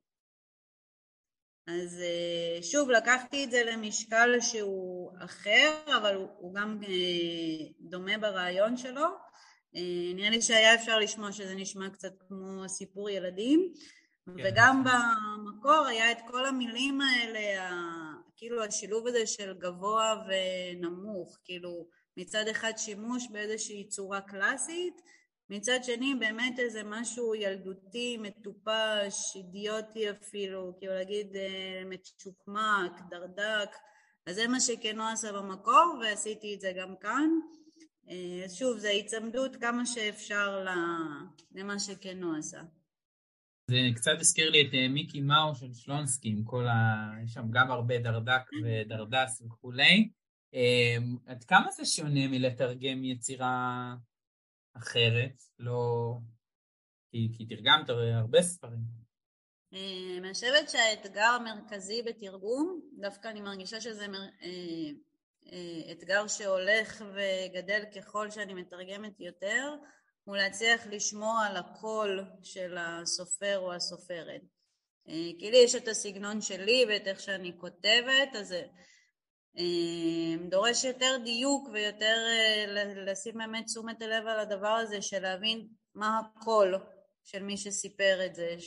אז שוב לקחתי את זה למשקל שהוא אחר, אבל הוא גם דומה ברעיון שלו. נראה לי שהיה אפשר לשמוע שזה נשמע קצת כמו סיפור ילדים, וגם במקור היה את כל המילים האלה, כאילו השילוב הזה של גבוה ונמוך, כאילו מצד אחד שימוש באיזושהי צורה קלאסית, מצד שני באמת איזה משהו ילדותי, מטופש, אידיוטי אפילו, כאילו להגיד מצ'וקמק, דרדק, אז זה מה שכנו עשה במקור ועשיתי את זה גם כאן. שוב, זה הצמדות כמה שאפשר למה שקנו עשה.
זה קצת הזכיר לי את מיקי מאו של שלונסקי, עם יש שם גם הרבה דרדק ודרדס וכולי. עד כמה זה שונה מלתרגם יצירה אחרת? לא... כי תרגמת הרבה ספרים.
אני חושבת שהאתגר המרכזי בתרגום, דווקא אני מרגישה שזה אתגר שהולך וגדל ככל שאני מתרגמת יותר, הוא להצליח לשמור על הקול של הסופר או הסופרת. כי לי יש את הסגנון שלי ואת איך שאני כותבת, אז זה דורש יותר דיוק ויותר לשים באמת תשומת הלב על הדבר הזה של להבין מה הקול של מי שסיפר את זה,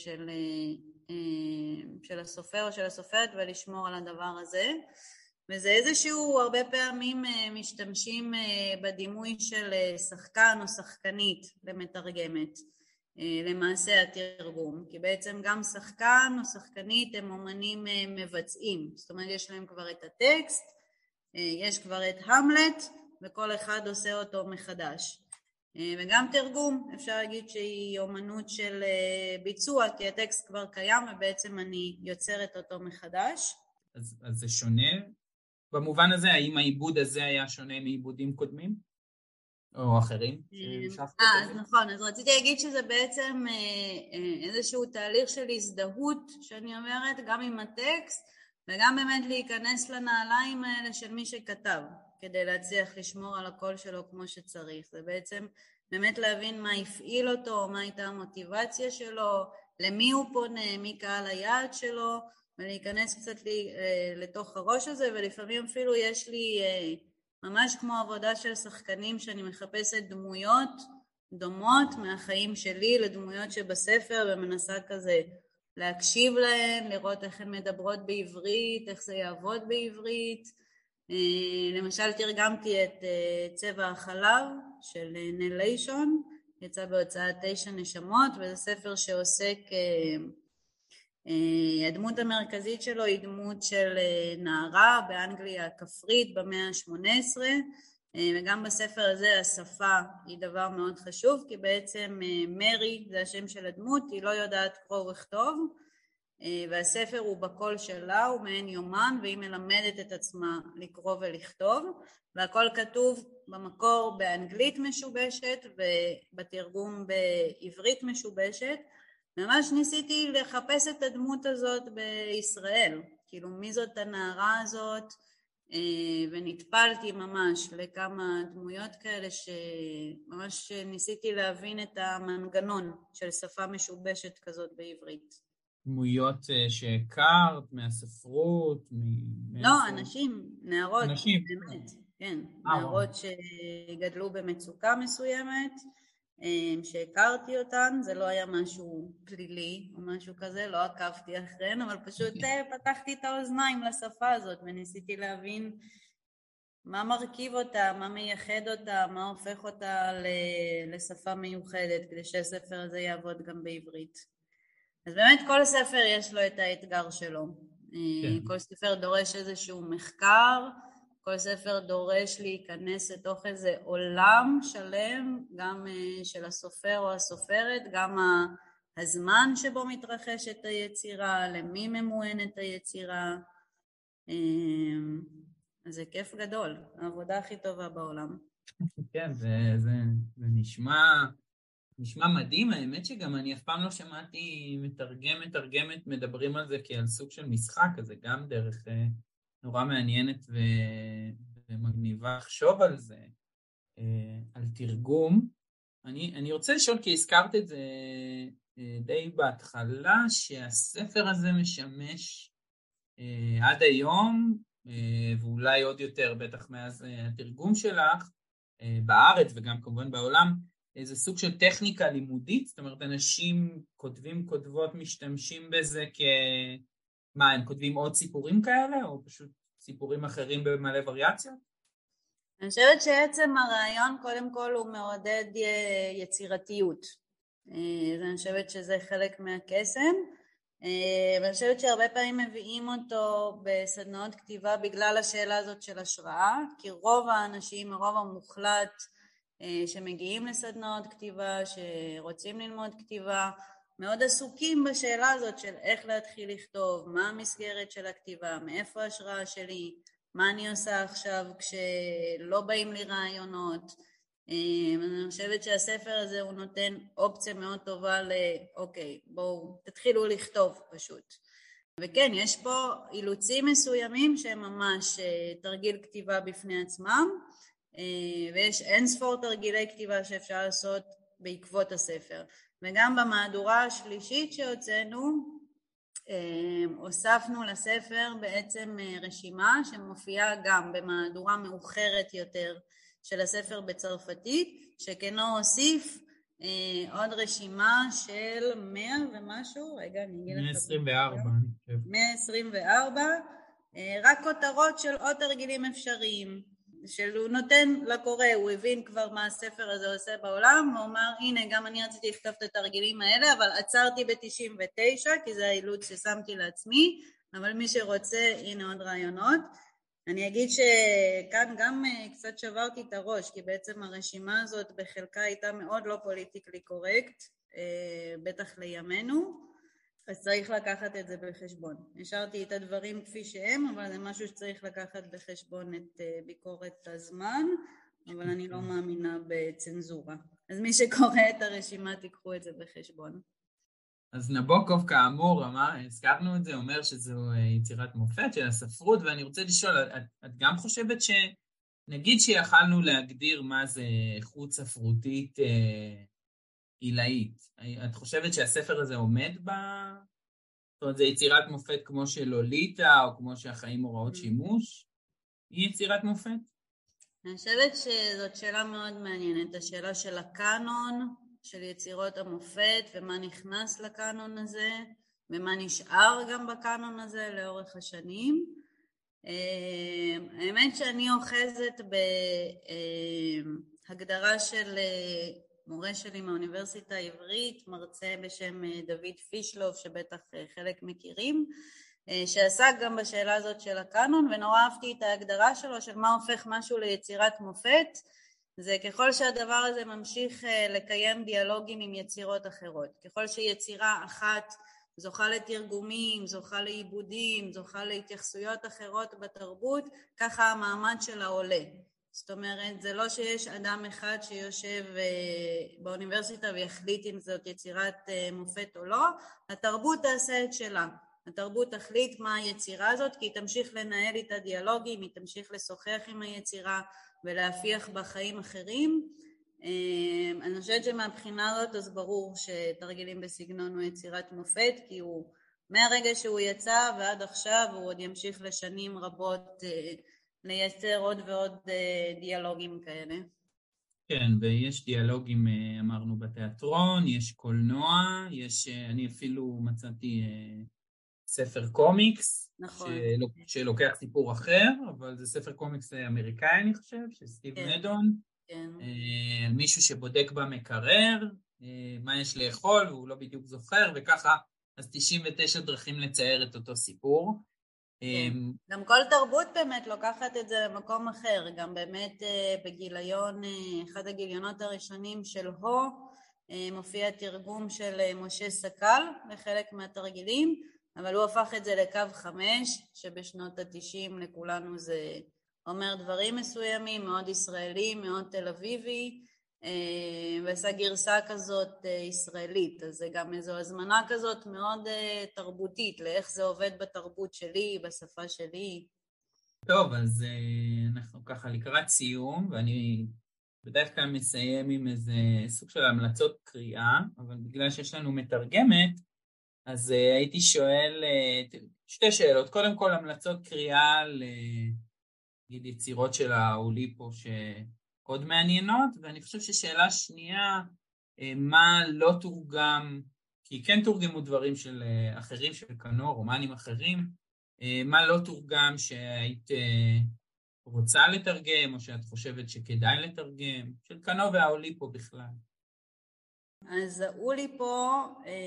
של הסופר או של הסופרת, ולשמור על הדבר הזה. וזה איזשהו, הרבה פעמים משתמשים בדימוי של שחקן או שחקנית למתרגמת, למעשה התרגום, כי בעצם גם שחקן או שחקנית הם אומנים מבצעים, זאת אומרת יש להם כבר את הטקסט, יש כבר את המלט, וכל אחד עושה אותו מחדש. וגם תרגום, אפשר להגיד שהיא אומנות של ביצוע, כי הטקסט כבר קיים ובעצם אני יוצרת אותו מחדש.
אז זה שונה? במובן הזה, האם העיבוד הזה היה שונה מעיבודים קודמים? או אחרים?
אז נכון, אז רציתי להגיד שזה בעצם איזשהו תהליך של הזדהות, שאני אומרת, גם עם הטקסט, וגם באמת להיכנס לנעליים האלה של מי שכתב, כדי להצליח לשמור על הקול שלו כמו שצריך. זה בעצם באמת להבין מה הפעיל אותו, מה הייתה המוטיבציה שלו, למי הוא פונה, מי קהל היעד שלו, ולהיכנס קצת לתוך הראש הזה, ולפעמים אפילו יש לי ממש כמו עבודה של שחקנים שאני מחפשת דמויות דומות מהחיים שלי לדמויות שבספר, ומנסה כזה להקשיב להן, לראות איך הן מדברות בעברית, איך זה יעבוד בעברית. למשל תרגמתי את צבע החלב של נל ליישון, יצא בהוצאת 9 נשמות, וזה ספר שעוסק, הדמות המרכזית שלו היא דמות של נערה באנגליה הכפרית במאה ה-18, וגם בספר הזה השפה היא דבר מאוד חשוב, כי בעצם מרי זה השם של הדמות, היא לא יודעת קרוא וכתוב, והספר הוא בקול שלה, הוא מעין יומן, והיא מלמדת את עצמה לקרוא ולכתוב, והכל כתוב במקור באנגלית משובשת ובתרגום בעברית משובשת. ממש ניסיתי לחפש את הדמות הזאת בישראל, כאילו מי זאת הנערה הזאת, ונטפלתי ממש לכמה דמויות כאלה שממש ניסיתי להבין את המנגנון של שפה משובשת כזאת בעברית.
דמויות שהכרת מהספרות?
לא, אנשים, נערות,
אנשים.
באמת, כן, נערות שגדלו במצוקה מסוימת, שהכרתי אותן, זה לא היה משהו פלילי או משהו כזה, לא עקבתי אחריהן, אבל פשוט פתחתי את האוזניים לשפה הזאת וניסיתי להבין מה מרכיב אותה, מה מייחד אותה, מה הופך אותה לשפה מיוחדת, כדי שהספר הזה יעבוד גם בעברית. אז באמת כל ספר יש לו את האתגר שלו. כן. כל ספר דורש איזשהו מחקר, כל ספר דורש להיכנס לתוך איזה עולם שלם, גם של הסופר או הסופרת, גם הזמן שבו מתרחשת היצירה, למי ממוענת היצירה. אז זה כיף גדול, העבודה הכי טובה בעולם.
כן, זה נשמע מדהים. האמת שגם אני אף פעם לא שמעתי מתרגמת מדברים על זה כעל סוג של משחק, אז זה גם דרך נורא מעניינת ומגניבה לחשוב על זה, על תרגום. אני רוצה לשאול, כי הזכרת את זה די בהתחלה, שהספר הזה משמש עד היום, ואולי עוד יותר בטח מאז התרגום שלך, בארץ וגם כמובן בעולם, איזה סוג של טכניקה לימודית, זאת אומרת אנשים כותבות משתמשים בזה מה, הם כותבים עוד סיפורים כאלה, או פשוט סיפורים אחרים במלא וריאציות?
אני חושבת שעצם הרעיון קודם כל הוא מעודד יצירתיות. אני חושבת שזה חלק מהקסם. אני חושבת שהרבה פעמים מביאים אותו בסדנאות כתיבה בגלל השאלה הזאת של השראה, כי רוב האנשים, הרוב המוחלט, שמגיעים לסדנאות כתיבה, שרוצים ללמוד כתיבה, מאוד עסוקים בשאלה הזאת של איך להתחיל לכתוב, מה המסגרת של הכתיבה, מאיפה ההשראה שלי, מה אני עושה עכשיו כשלא באים לי רעיונות. אני חושבת שהספר הזה הוא נותן אופציה מאוד טובה אוקיי, בואו תתחילו לכתוב פשוט. וכן, יש פה אילוצים מסוימים שהם ממש תרגיל כתיבה בפני עצמם, ויש אין ספור תרגילי כתיבה שאפשר לעשות בעקבות הספר. וגם במהדורה השלישית שהוצאנו, הוספנו לספר בעצם רשימה שמופיעה גם במהדורה מאוחרת יותר של הספר בצרפתית, שכנו הוסיף עוד רשימה של 100 ומשהו, רגע אני אגיד לך.
124, אני חושב.
124, רק כותרות של עוד תרגילים אפשריים. שהוא נותן לקורא, הוא הבין כבר מה הספר הזה עושה בעולם, הוא אמר, הנה, גם אני רציתי לכתוב את התרגילים האלה, אבל עצרתי ב-99, כי זה האילוץ ששמתי לעצמי, אבל מי שרוצה, הנה עוד רעיונות. אני אגיד שכאן גם קצת שברתי את הראש, כי בעצם הרשימה הזאת בחלקה הייתה מאוד לא פוליטיקלי קורקט, בטח לימינו, אז צריך לקחת את זה בחשבון. השארתי את הדברים כפי שהם, אבל זה משהו שצריך לקחת בחשבון את ביקורת הזמן, אבל אני לא מאמינה בצנזורה. אז מי שקורא את הרשימה, תיקחו את זה בחשבון.
אז נבוקוב כאמור, הזכרנו את זה, אומר שזו יצירת מופת של הספרות, ואני רוצה לשאול, את גם חושבת שנגיד שיכלנו להגדיר מה זה איכות ספרותית עילאית, את חושבת שהספר הזה עומד זאת אומרת, זה יצירת מופת כמו של לוליטה, או כמו שהחיים הוראות שימוש? היא יצירת מופת?
אני חושבת שזאת שאלה מאוד מעניינת, השאלה של הקאנון, של יצירות המופת, ומה נכנס לקאנון הזה, ומה נשאר גם בקאנון הזה לאורך השנים. האמת שאני אוחזת בהגדרה של מורה שלי מהאוניברסיטה העברית, מרצה בשם דוד פישלוב, שבטח חלק מכירים, שעסק גם בשאלה הזאת של הקאנון, ונורא אהבתי את ההגדרה שלו של מה הופך משהו ליצירת מופת. זה ככל שהדבר הזה ממשיך לקיים דיאלוגים עם יצירות אחרות. ככל שיצירה אחת זוכה לתרגומים, זוכה לעיבודים, זוכה להתייחסויות אחרות בתרבות, ככה המעמד שלה עולה. זאת אומרת, זה לא שיש אדם אחד שיושב באוניברסיטה ויחליט אם זאת יצירת מופת או לא, התרבות תעשה את שלה. התרבות תחליט מה היצירה הזאת, כי היא תמשיך לנהל איתה דיאלוגים, היא תמשיך לשוחח עם היצירה ולהפיח בחיים אחרים. אני חושבת שמהבחינה הזאת אז ברור שתרגילים בסגנון הוא יצירת מופת, כי הוא מהרגע שהוא יצא ועד עכשיו הוא עוד ימשיך לשנים רבות לייצר עוד ועוד דיאלוגים כאלה.
כן, ויש דיאלוגים, אמרנו, בתיאטרון, יש קולנוע, אני אפילו מצאתי ספר קומיקס,
נכון.
שלוקח סיפור אחר, אבל זה ספר קומיקס אמריקאי, אני חושב, של סטיב מדון.
כן.
מישהו שבודק במקרר, מה יש לאכול, והוא לא בדיוק זוכר, וככה, אז 99 דרכים לצייר את אותו סיפור.
כן. גם כל תרבות באמת לוקחת את זה למקום אחר, גם באמת בגיליון, אחד הגיליונות הראשונים של הו, מופיע תרגום של משה סקל לחלק מהתרגילים, אבל הוא הפך את זה לקו 5, שבשנות ה-90 לכולנו זה אומר דברים מסוימים, מאוד ישראלי, מאוד תל אביבי, ועשה גרסה כזאת ישראלית, אז זה גם איזו הזמנה כזאת מאוד תרבותית, לאיך זה עובד בתרבות שלי, בשפה שלי.
טוב, אז אנחנו ככה לקראת סיום, ואני בדרך כלל מסיים עם איזה סוג של המלצות קריאה, אבל בגלל שיש לנו מתרגמת, אז הייתי שואל שתי שאלות. קודם כל, המלצות קריאה ליצירות של האוליפו שעוד מעניינות, ואני חושב ששאלה שנייה, מה לא תורגם, כי כן תורגמו דברים של אחרים, של קנו, רומנים אחרים, מה לא תורגם שהיית רוצה לתרגם, או שאת חושבת שכדאי לתרגם, של קנו והאוליפו בכלל.
אז האוליפו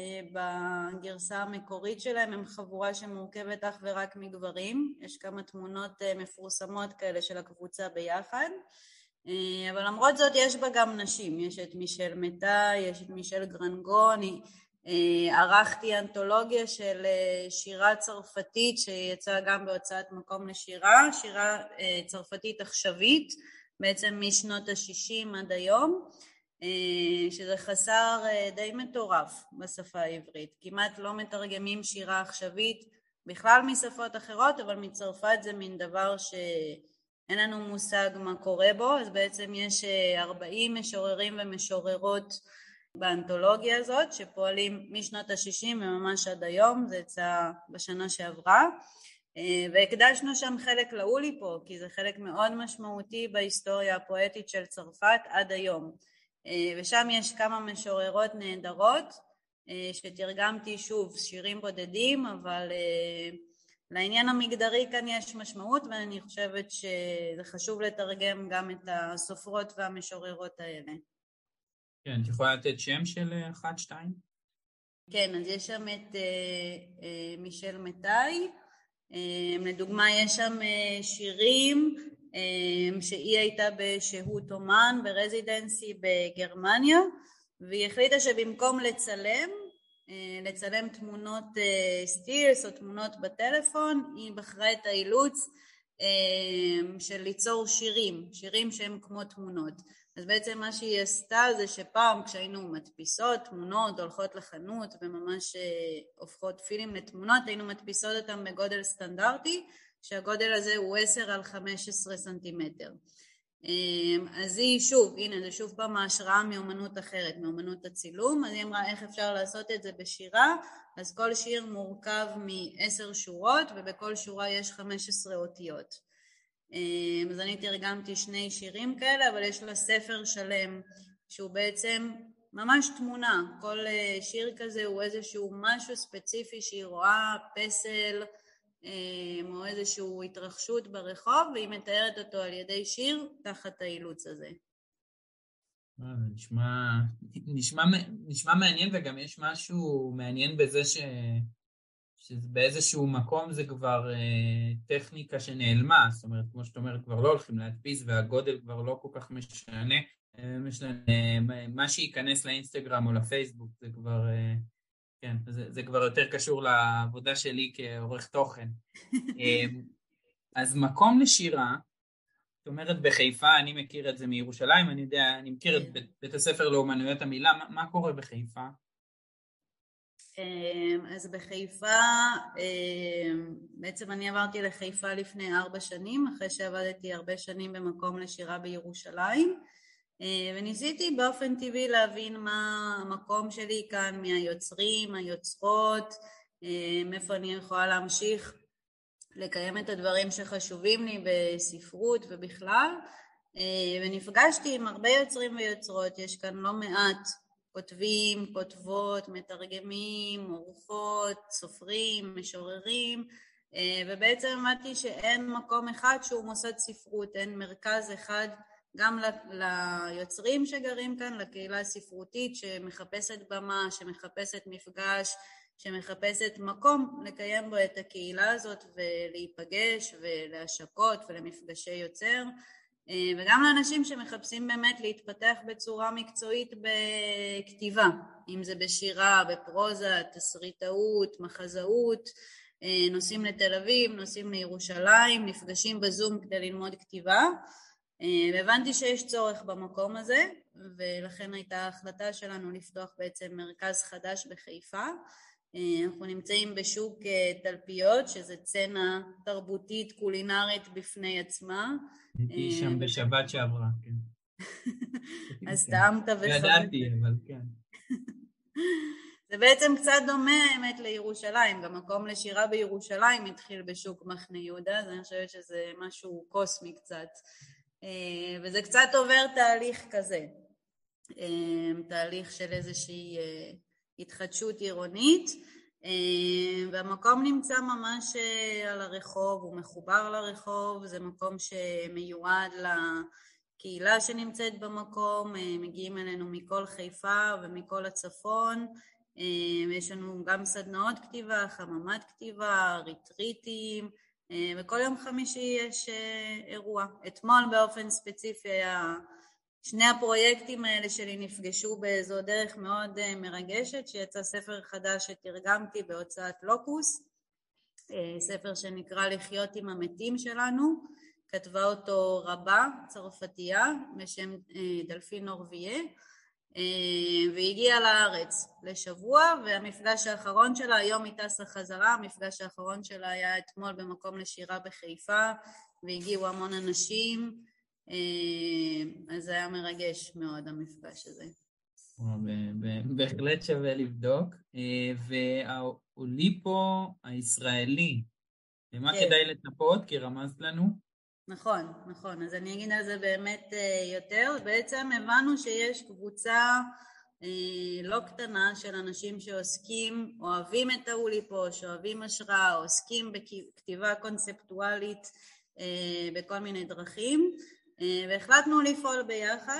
בגרסה המקורית שלהם הם חבורה שמורכבת אך ורק מגברים, יש כמה תמונות מפורסמות כאלה של הקבוצה ביחד, אבל למרות זאת יש בה גם נשים, יש את מישל מטאי, יש את מישל גרנגון, ערכתי אנתולוגיה של שירה צרפתית שיצאה גם בהוצאת מקום לשירה, שירה צרפתית עכשווית, בעצם משנות ה-60 עד היום, שזה חסר די מטורף בשפה העברית, כמעט לא מתרגמים שירה עכשווית בכלל משפות אחרות, אבל מצרפת זה מין דבר שאין לנו מושג מה קורה בו, אז בעצם יש 40 משוררים ומשוררות באנתולוגיה הזאת, שפועלים משנות ה-60 וממש עד היום, זה יצא בשנה שעברה, והקדשנו שם חלק לאוליפו, כי זה חלק מאוד משמעותי בהיסטוריה הפואטית של צרפת עד היום, ושם יש כמה משוררות נהדרות, שתרגמתי שוב שירים בודדים, אבל לעניין המגדרי כאן יש משמעות, ואני חושבת שזה חשוב לתרגם גם את הסופרות והמשוררות האלה.
כן, את יכולה לתת שם של אחת, שתיים?
כן, אז יש שם את מישל מטאי, לדוגמה יש שם שירים שהיא הייתה בשהות אומן ברזידנסי בגרמניה, והיא החליטה שבמקום לצלם תמונות סטילס או תמונות בטלפון, היא בחרה את האילוץ של ליצור שירים שהם כמו תמונות. אז בעצם מה שהיא עשתה זה שפעם כשהיינו מדפיסות תמונות, הולכות לחנות וממש הופכות פילים לתמונות, היינו מדפיסות אותם בגודל סטנדרטי, שהגודל הזה הוא 10 על 15 סנטימטר. אז היא שוב, הנה זה שוב פעם ההשראה מאומנות אחרת, מאומנות הצילום, אז היא אמרה איך אפשר לעשות את זה בשירה, אז כל שיר מורכב מ10 שורות ובכל שורה יש 15 אותיות. אז אני תרגמתי 2 שירים כאלה, אבל יש לה ספר שלם שהוא בעצם ממש תמונה, כל שיר כזה הוא איזשהו משהו ספציפי שהיא רואה, פסל או איזשהו התרחשות ברחוב, והיא מתארת אותו על ידי שיר תחת האילוץ הזה.
נשמע מעניין, וגם יש משהו מעניין בזה שבאיזשהו מקום זה כבר טכניקה שנעלמה, זאת אומרת, כמו שאת אומרת, כבר לא הולכים להדפיס והגודל כבר לא כל כך משנה, מה שייכנס לאינסטגרם או לפייסבוק זה כבר, כן, זה כבר יותר קשור לעבודה שלי כעורך תוכן. אז מקום לשירה, זאת אומרת בחיפה, אני מכיר את זה מירושלים, אני מכיר את בית הספר לאומנויות המילה, מה קורה בחיפה?
אז בחיפה, בעצם אני עברתי לחיפה לפני 4 שנים, אחרי שעבדתי הרבה שנים במקום לשירה בירושלים, וניסיתי באופן טבעי להבין מה המקום שלי כאן, מהיוצרים, היוצרות, מאיפה אני יכולה להמשיך לקיים את הדברים שחשובים לי בספרות ובכלל, ונפגשתי עם הרבה יוצרים ויוצרות, יש כאן לא מעט כותבים, כותבות, מתרגמים, עורכות, סופרים, משוררים, ובעצם אמרתי שאין מקום אחד שהוא מוסד ספרות, אין מרכז אחד גם ליוצרים שגרים כאן, לקהילה הספרותית שמחפשת במה, שמחפשת מפגש, שמחפשת מקום לקיים בו את הקהילה הזאת ולהיפגש ולהשקות ולמפגשי יוצר, וגם לאנשים שמחפשים באמת להתפתח בצורה מקצועית בכתיבה, אם זה בשירה, בפרוזה, תסריטאות, מחזאות, נוסעים לתל אביב, נוסעים לירושלים, נפגשים בזום כדי ללמוד כתיבה, והבנתי שיש צורך במקום הזה, ולכן הייתה ההחלטה שלנו לפתוח בעצם מרכז חדש בחיפה. אנחנו נמצאים בשוק תלפיות, שזה צנה תרבותית קולינרית בפני עצמה.
הייתי שם בשבת שעברה, כן.
אז טעמת וחווית.
ידעתי, אבל כן.
זה בעצם קצת דומה האמת לירושלים, גם מקום לשירה בירושלים התחיל בשוק מחנה יהודה, אז אני חושבת שזה משהו קוסמי קצת. וזה קצת עובר תהליך כזה, תהליך של איזושהי התחדשות עירונית, והמקום נמצא ממש על הרחוב, הוא מחובר לרחוב, זה מקום שמיועד לקהילה שנמצאת במקום, מגיעים אלינו מכל חיפה ומכל הצפון, יש לנו גם סדנאות כתיבה, חממת כתיבה, ריטריטים, וכל יום חמישי יש אירוע. אתמול באופן ספציפי שני הפרויקטים האלה שלי נפגשו באיזו דרך מאוד מרגשת, שיצא ספר חדש שתרגמתי בהוצאת לוקוס, ספר שנקרא לחיות עם המתים שלנו, כתבה אותו רבה צרפתייה בשם דלפין אורביה, והגיעה לארץ לשבוע, והמפגש האחרון שלה, היום היא טסה חזרה, המפגש האחרון שלה היה אתמול במקום לשירה בחיפה, והגיעו המון אנשים, אז זה היה מרגש מאוד המפגש הזה.
בהחלט שווה לבדוק. והאוליפו הישראלי, למה כדאי לצפות? כי רמזת לנו.
נכון, אז אני אגיד על זה באמת יותר. בעצם הבנו שיש קבוצה לא קטנה של אנשים שעוסקים, אוהבים את האוליפו, שאוהבים השראה, עוסקים בכתיבה קונספטואלית בכל מיני דרכים, והחלטנו לפעול ביחד,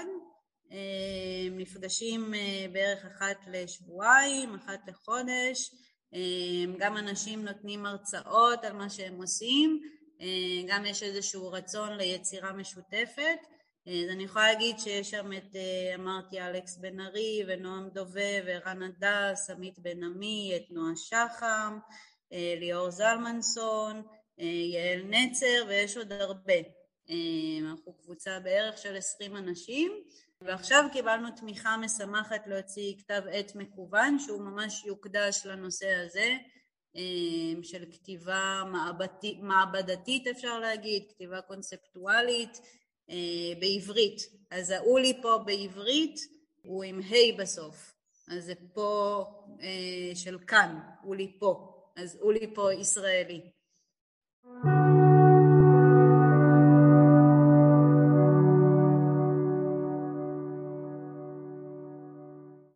נפגשים בערך אחת לשבועיים, אחת לחודש, גם אנשים נותנים הרצאות על מה שהם עושים, גם יש איזשהו רצון ליצירה משותפת. אז אני יכולה להגיד שיש שם אמרתי אלכס בן ארי ונועם דובב ורן הדס, עמית בן עמי, את נועה שחם, ליאור זלמנסון, יעל נצר, ויש עוד הרבה. אנחנו קבוצה בערך של 20 אנשים, ועכשיו קיבלנו תמיכה משמחת להוציא כתב עת מקוון שהוא ממש יוקדש לנושא הזה, של כתיבה מעבדתית אפשר להגיד, כתיבה קונספטואלית בעברית. אז האוליפו בעברית הוא עם ה' בסוף, אז זה פה של כאן, אוליפו, אז אוליפו ישראלי.